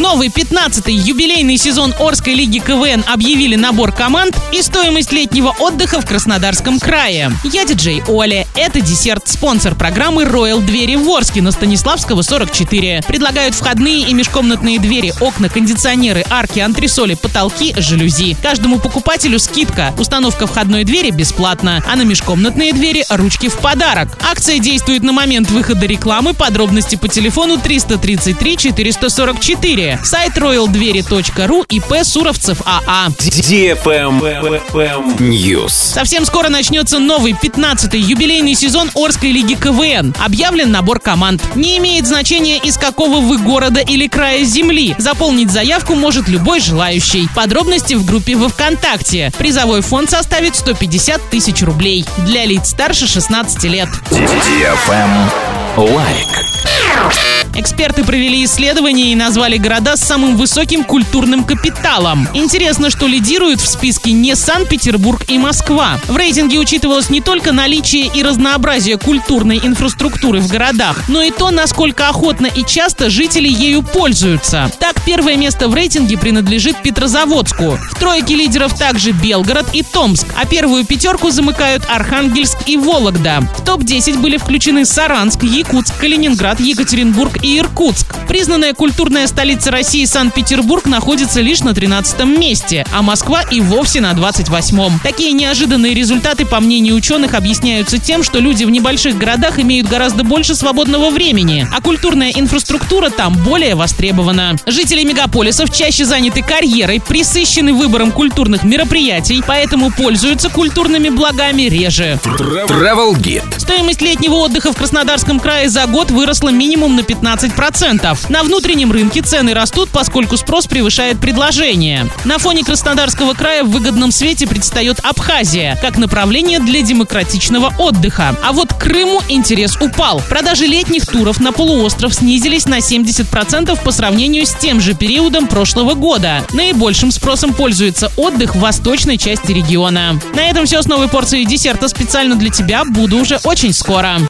новый 15-й юбилейный сезон Орской лиги КВН объявили набор команд и стоимость летнего отдыха в Краснодарском крае. Я диджей Оля. Это десерт. Спонсор программы Royal Двери в Орске на Станиславского, 44. Предлагают входные и межкомнатные двери, окна, кондиционеры, арки, антресоли, потолки, жалюзи. Каждому покупателю скидка. Установка входной двери бесплатна, а на межкомнатные двери ручки в подарок. Акция действует на момент выхода рекламы. Подробности по телефону 333 444. Сайт royaldвери.ру, ИП Суровцев АА. News. Совсем скоро начнется новый 15-й юбилейный сезон Орской лиги КВН. Объявлен набор команд. Не имеет значения, из какого вы города или края земли. Заполнить заявку может любой желающий. Подробности в группе во ВКонтакте. Призовой фонд составит 150 тысяч рублей. Для лиц старше 16 лет. Лайк. Эксперты провели исследование и назвали города с самым высоким культурным капиталом. Интересно, что лидируют в списке не Санкт-Петербург и Москва. В рейтинге учитывалось не только наличие и разнообразие культурной инфраструктуры в городах, но и то, насколько охотно и часто жители ею пользуются. Так, первое место в рейтинге принадлежит Петрозаводску. В тройке лидеров также Белгород и Томск, а первую пятерку замыкают Архангельск и Вологда. В топ-10 были включены Саранск, Якутск, Калининград, Екатеринбург и Иркутск. Признанная культурная столица России Санкт-Петербург находится лишь на 13-м месте, а Москва и вовсе на 28-м. Такие неожиданные результаты, по мнению ученых, объясняются тем, что люди в небольших городах имеют гораздо больше свободного времени, а культурная инфраструктура там более востребована. Жители мегаполисов чаще заняты карьерой, пресыщены выбором культурных мероприятий, поэтому пользуются культурными благами реже. Travel Guide. Стоимость летнего отдыха в Краснодарском крае за год выросла минимум на 15%. На внутреннем рынке цены растут, поскольку спрос превышает предложение. На фоне Краснодарского края в выгодном свете предстает Абхазия, как направление для демократичного отдыха. А вот к Крыму интерес упал. Продажи летних туров на полуостров снизились на 70% по сравнению с тем же периодом прошлого года. Наибольшим спросом пользуется отдых в восточной части региона. На этом все с новой порцией десерта специально для тебя. Буду уже очень скоро.